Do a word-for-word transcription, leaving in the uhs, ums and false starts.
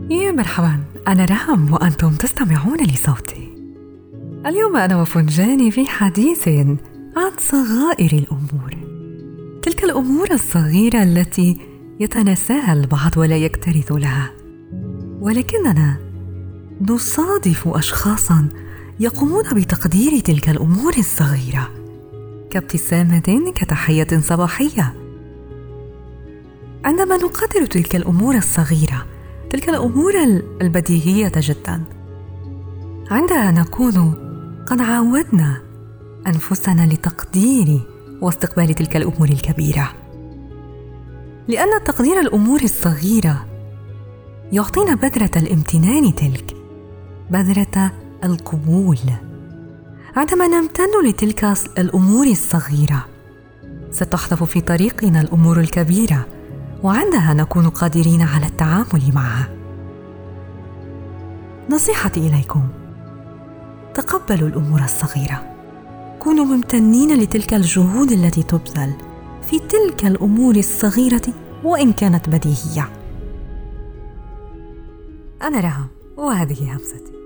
يا مرحبا، أنا رام وأنتم تستمعون لصوتي. اليوم أنا وفنجاني في حديث عن صغائر الأمور، تلك الأمور الصغيرة التي يتناساها البعض ولا يكترث لها، ولكننا نصادف أشخاصا يقومون بتقدير تلك الأمور الصغيرة كابتسامة، كتحية صباحية. عندما نقدر تلك الأمور الصغيرة، تلك الأمور البديهية جدا، عندها نكون قد عودنا أنفسنا لتقدير واستقبال تلك الأمور الكبيرة، لأن تقدير الأمور الصغيرة يعطينا بذرة الامتنان، تلك بذرة القبول. عندما نمتن لتلك الأمور الصغيرة ستحذف في طريقنا الأمور الكبيرة، وعندها نكون قادرين على التعامل معها. نصيحتي إليكم: تقبلوا الأمور الصغيرة، كونوا ممتنين لتلك الجهود التي تبذل في تلك الأمور الصغيرة وإن كانت بديهية. أنا رام وهذه همستي.